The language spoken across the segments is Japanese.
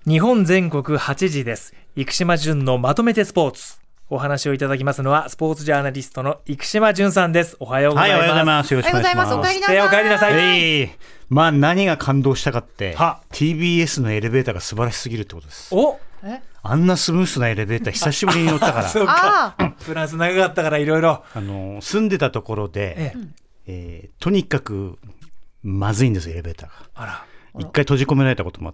日本全国8時です。生島淳のまとめてスポーツ。お話をいただきますのはスポーツジャーナリストの生島淳さんです。おはようございます。 はい、おはようございます。よろしくお願いします。 お帰りなさい。 まあ何が感動したかってTBS のエレベーターが素晴らしすぎるってことです。あんなスムースなエレベーター久しぶりに乗ったからそうかフランス長かったからいろいろ住んでたところで、とにかくまずいんですエレベーターが。 あら、 一回閉じ込められたこともあって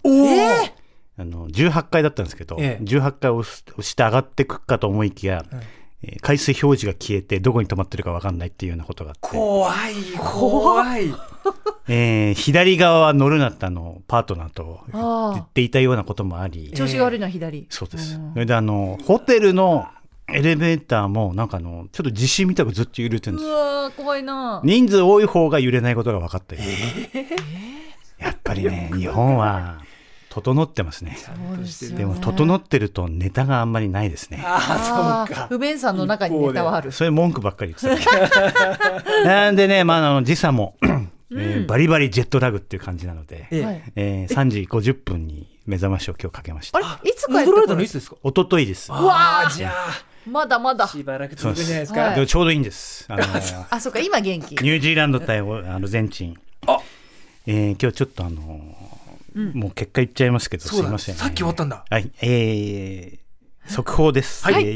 、18階だったんですけど、18階を押して上がってくかと思いきや、回数表示が消えてどこに止まってるか分かんないっていうようなことがあって、 怖い左側は乗るなってパートナーと言っていたようなこともあり、 調子が悪いのは左。 そうです。それでホテルのエレベーターもなんかちょっと地震みたくずっと揺れてるんですよ。 うわ怖いな。 人数多い方が揺れないことが分かったよ、やっぱりね日本は整ってますね。でも整ってるとネタがあんまりないですね。 そうか。 不便さんの中にネタはある。 それ文句ばっかり言ってたなんでね、時差もバリバリジェットラグっていう感じなので、3時50分に目覚ましを今日かけました。 あれいつ帰って戻られたのいつですか？ 一昨日です。 じゃあまだまだしばらく続くんじゃないですか。 でもちょうどいいんです。 そうか今元気。 ニュージーランド対アルゼンチン。今日ちょっともう結果言っちゃいますけど、すいません、 さっき終わったんだ。 はい、速報です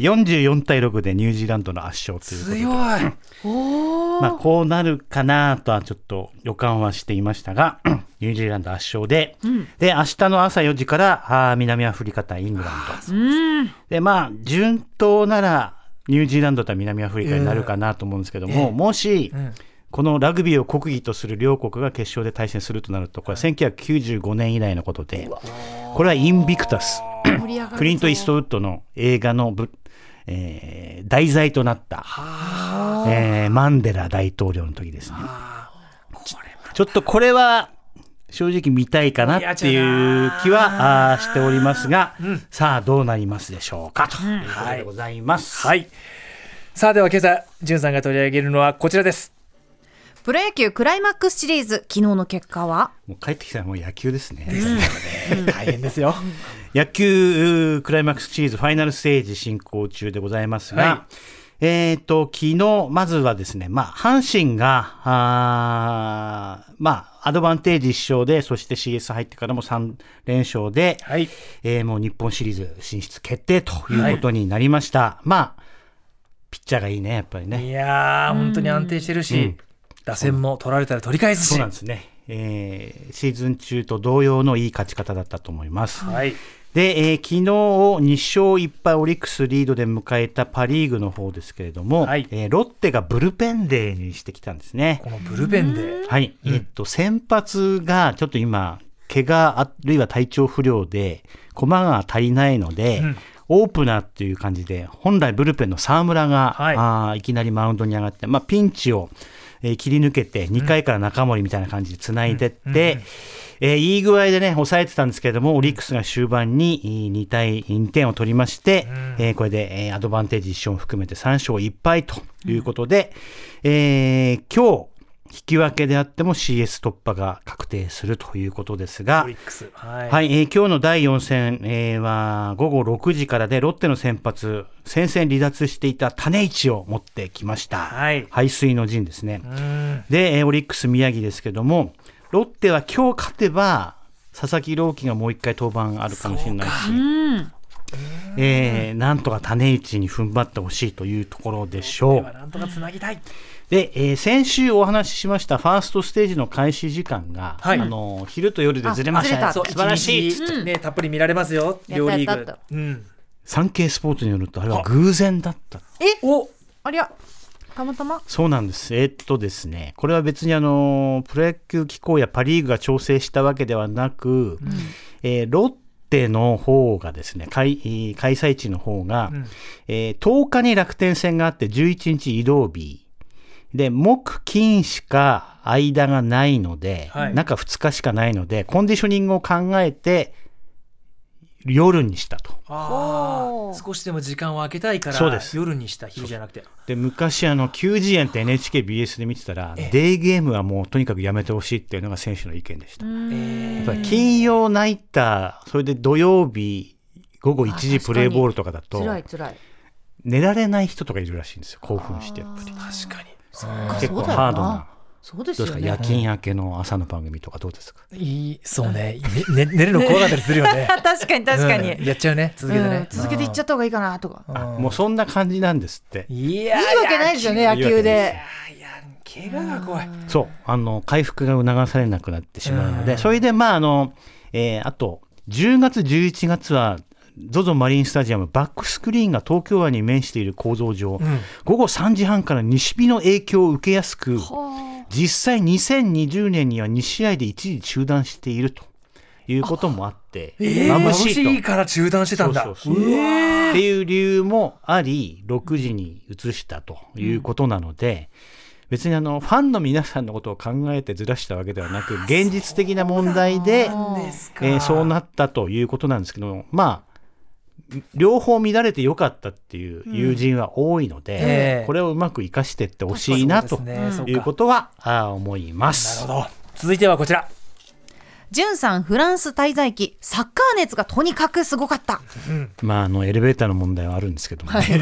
、44対6でニュージーランドの圧勝ということで、こうなるかなとはちょっと予感はしていましたがニュージーランド圧勝で、で明日の朝4時から南アフリカ対イングランドで、順当ならニュージーランド対南アフリカになるかなと思うんですけども、もし、このラグビーを国技とする両国が決勝で対戦するとなると、これは1995年以来のことで、これはインビクタスクリント・イーストウッドの映画の、題材となった、マンデラ大統領の時ですね。ちょっとこれは正直見たいかなっていう気はしておりますが、さあどうなりますでしょうかということでございます。 さあでは今朝淳さんが取り上げるのはこちらです。 プロ野球クライマックスシリーズ、昨日の結果は？ もう帰ってきたらもう野球ですね。 大変ですよ。 野球クライマックスシリーズファイナルステージ進行中でございますが、昨日まずはですね、阪神がアドバンテージ1勝で、そして CS 入ってからも3連勝で、もう日本シリーズ進出決定ということになりました。ピッチャーがいいね、やっぱりね。 いやー本当に安定してるし、打線も取られたら取り返すし。 そうなんですね。シーズン中と同様のいい勝ち方だったと思います。で、昨日2勝1敗オリックスリードで迎えたパリーグの方ですけれども、ロッテがブルペンデーにしてきたんですね。 このブルペンデー、 先発がちょっと今怪我あるいは体調不良で駒が足りないので、オープナーっていう感じで、本来ブルペンの沢村が、いきなりマウンドに上がって、ピンチを切り抜けて2回から中森みたいな感じでつないでって、いい具合でね抑えてたんですけれども、オリックスが終盤に2点を取りまして、これでアドバンテージ1勝を含めて3勝1敗ということで、今日引き分けであっても CS 突破が確定するということですが、 オリックス、 今日の第4戦、は午後6時からで、ロッテの先発先々離脱していた種市を持ってきました。背水の陣ですね。で、オリックス宮城ですけども、ロッテは今日勝てば佐々木朗希がもう一回登板あるかもしれないし、なんとか種市に踏ん張ってほしいというところでしょう。 なんとかつなぎたい。 で、先週お話ししましたファーストステージの開始時間が、昼と夜でずれました。素晴らしい、 たっぷり見られますよ、両リーグ。 サンケイスポーツによるとあれは偶然だった。 ありゃたまたま。 そうなんです。ですね、これは別にプロ野球機構やパリーグが調整したわけではなく、ロッテの方がですね、開催地の方が、10日に楽天戦があって11日移動日で、木金しか間がないので、中2日しかないので、コンディショニングを考えて夜にしたと。 少しでも時間を空けたいから夜にした、昼じゃなくて。 で昔90円って NHKBS で見てたら、デイゲームはもうとにかくやめてほしいっていうのが選手の意見でした。やっぱり金曜ナイター、それで土曜日午後1時プレーボールとかだと寝られない人とかいるらしいんですよ、興奮して。やっぱり確かに結構ハードな。 そうですよね。 どうですか、夜勤明けの朝の番組とかどうですか。 そうね、寝るの怖かったりするよね。 確かに確かに、 やっちゃうね、続けてね、 続けていっちゃった方がいいかなとか。 もうそんな感じなんですって。 いいわけないですよね、野球で。 怪我が怖い。 そう回復が促されなくなってしまうので、それであと10月11月はZOZO マリンスタジアムバックスクリーンが東京湾に面している構造上、午後3時半から西日の影響を受けやすく、実際2020年には2試合で一時中断しているということもあって、 眩しいから中断してたんだ。 っていう理由もあり6時に移したということなので、別にファンの皆さんのことを考えてずらしたわけではなく、現実的な問題でそうなったということなんですけど、両方乱れてよかったっていう友人は多いので、これをうまく生かしていってほしいなということは思います。 なるほど。続いてはこちら。 じゅんさん、フランス滞在期サッカー熱がとにかくすごかった。 エレベーターの問題はあるんですけども、サ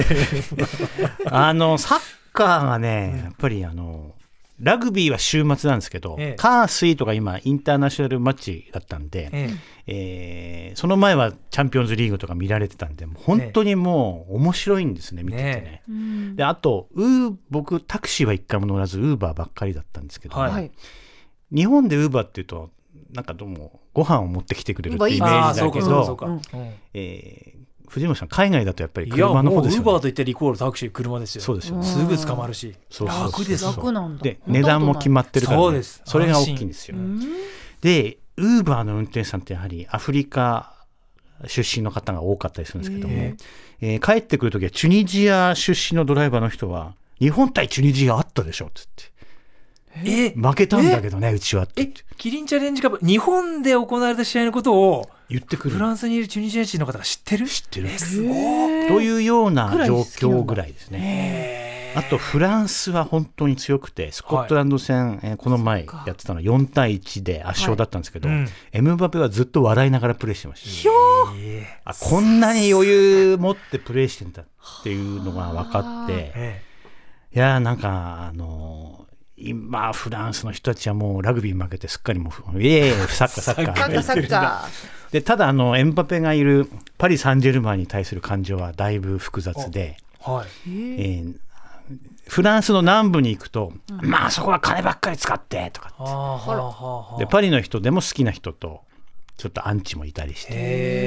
ッカーがね、やっぱりラグビーは週末なんですけど、火水とか今インターナショナルマッチだったんで、その前はチャンピオンズリーグとか見られてたんで、本当にもう面白いんですね、見ててね。であと僕タクシーは一回も乗らずウーバーばっかりだったんですけど、日本でウーバーっていうとなんかどうもご飯を持ってきてくれるってイメージだけど、藤本さん海外だとやっぱり車の方ですよね。 ウーバーといってイコールタクシー、車ですよ。 そうですよね。 すぐ捕まるし楽ですよ。 楽なんだ。 で値段も決まってるから、 そうです。 それが大きいんですよ。でウーバーの運転手さんってやはりアフリカ出身の方が多かったりするんですけども、帰ってくるときはチュニジア出身のドライバーの人は、日本対チュニジアあったでしょって言って、負けたんだけどねうちはって言って、 キリンチャレンジカップ日本で行われた試合のことを言ってくる。 フランスにいるチュニジア人の方が知ってるすごいというような状況ぐらいですね。あとフランスは本当に強くて、スコットランド戦、この前やってたの4対1で圧勝だったんですけど、エムバペはずっと笑いながらプレーしてました。こんなに余裕持ってプレーしてんだっていうのが分かって、いやなんか今フランスの人たちはもうラグビー負けてすっかりもうサッカーで、ただエムバペがいるパリ・サンジェルマンに対する感情はだいぶ複雑で、フランスの南部に行くと、そこは金ばっかり使ってとかってで、パリの人でも好きな人とちょっとアンチもいたりして、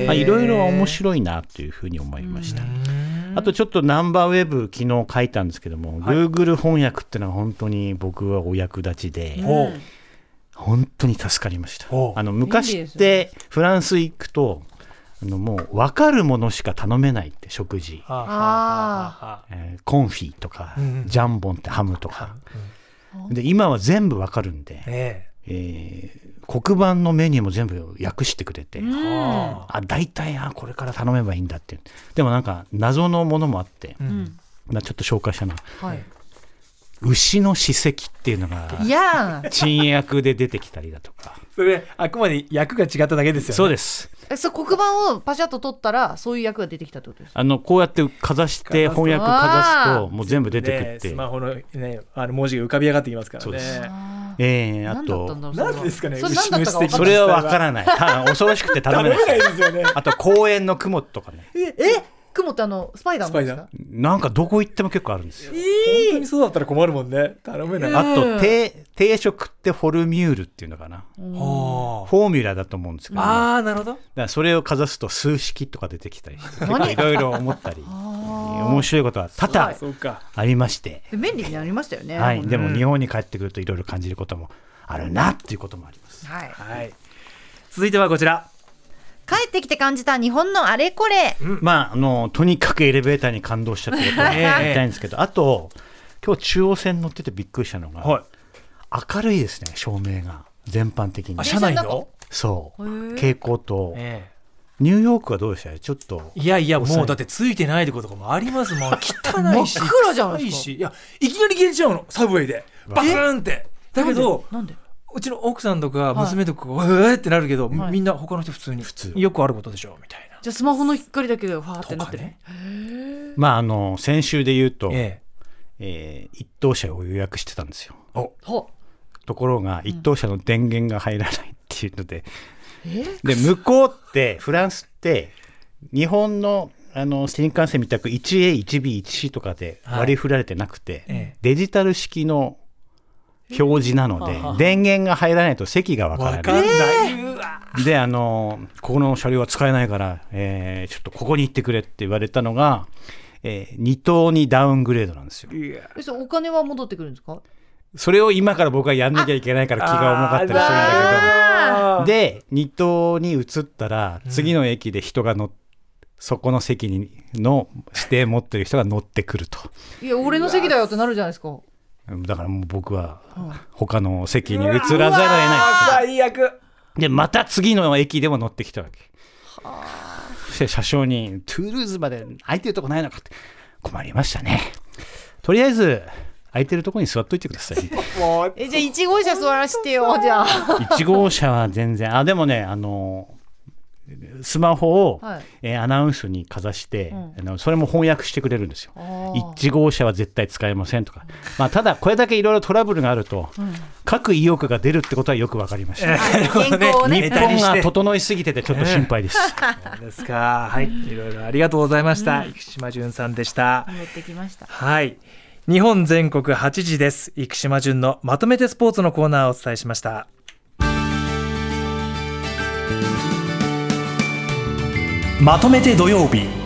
いろいろ面白いなというふうに思いました。あとちょっとナンバーウェブ昨日書いたんですけども、Google 翻訳っていうのは本当に僕はお役立ちで、本当に助かりました。昔ってフランス行くともう分かるものしか頼めないって、食事、コンフィとか、ジャンボンってハムとか、で今は全部分かるんで、黒板のメニューも全部訳してくれて、大体これから頼めばいいんだって。でもなんか謎のものもあって、ちょっと紹介したの、牛の歯石っていうのが珍訳で出てきたりだとか。 それあくまで役が違っただけですよね。 そうです。 黒板をパシャッと取ったらそういう役が出てきたってことですか。 こうやってかざして翻訳かざすともう全部出てくって、 スマホの、文字が浮かび上がってきますからね。 そうです。あと何ですかね。 それはわからない。恐ろしくて頼めないですよね。 あと公園の雲とかね。 雲ってスパイダーのですか。 なんかどこ行っても結構あるんですよ。 本当にそうだったら困るもんね。頼めない。 あと定食ってフォルミュールっていうのかな、フォーミュラだと思うんですけど、 なるほど。 だからそれをかざすと数式とか出てきたりして、結構いろいろ思ったり面白いことは多々ありまして、 便利になりましたよね。 でも日本に帰ってくるといろいろ感じることもあるなっていうこともあります。 続いてはこちら。 帰ってきて感じた日本のあれこれ。 とにかくエレベーターに感動しちゃったことを言いたいんですけど、あと今日中央線乗っててびっくりしたのが、明るいですね、照明が全般的に。 車内のそう蛍光灯、 ニューヨークはどうでした？ちょっといやいや、もうだってついてないところとかもありますもん。汚いし真っ暗じゃないですか。 臭いし、いや、いきなり消えちゃうの、サブウェイでバーンって。だけどなんでうちの奥さんとか娘とかがってなるけど、みんな他の人普通によくあることでしょみたいな。 じゃあスマホの光だけでファーってなってる、ね、 まあ先週で言うと、一等車を予約してたんですよ。ところが一等車の電源が入らないっていうので、で向こうってフランスって日本の新幹線みたく 1A、1B、1C とかで割り振られてなくて、デジタル式の表示なので、電源が入らないと席がわからない。でここの車両は使えないから、ちょっとここに行ってくれって言われたのが、2等にダウングレードなんですよ。 お金は戻ってくるんですか？ それを今から僕はやんなきゃいけないから気が重かったりするんだけど、で2等に移ったら次の駅で人がそこの席の指定持ってる人が乗ってくると。 いや俺の席だよってなるじゃないですか。 だからもう僕は他の席に移らざるを得ない。 最悪でまた次の駅でも乗ってきたわけ。そして車掌にトゥールーズまで空いてるとこないのかって困りましたね。とりあえず空いてるとこに座っといてください。 じゃあ1号車座らせてよ。じゃあ 1号車は全然でもねスマホを、アナウンスにかざして、それも翻訳してくれるんですよ。1号車は絶対使えませんとか、ただこれだけいろいろトラブルがあると、各意欲が出るってことはよく分かりました。日本が整いすぎててちょっと心配です。 そうですか。はい、いろいろありがとうございました。生島淳さんでした。 戻ってきました。 はい、日本全国8時です。生島淳のまとめてスポーツのコーナーをお伝えしました。まとめて土曜日。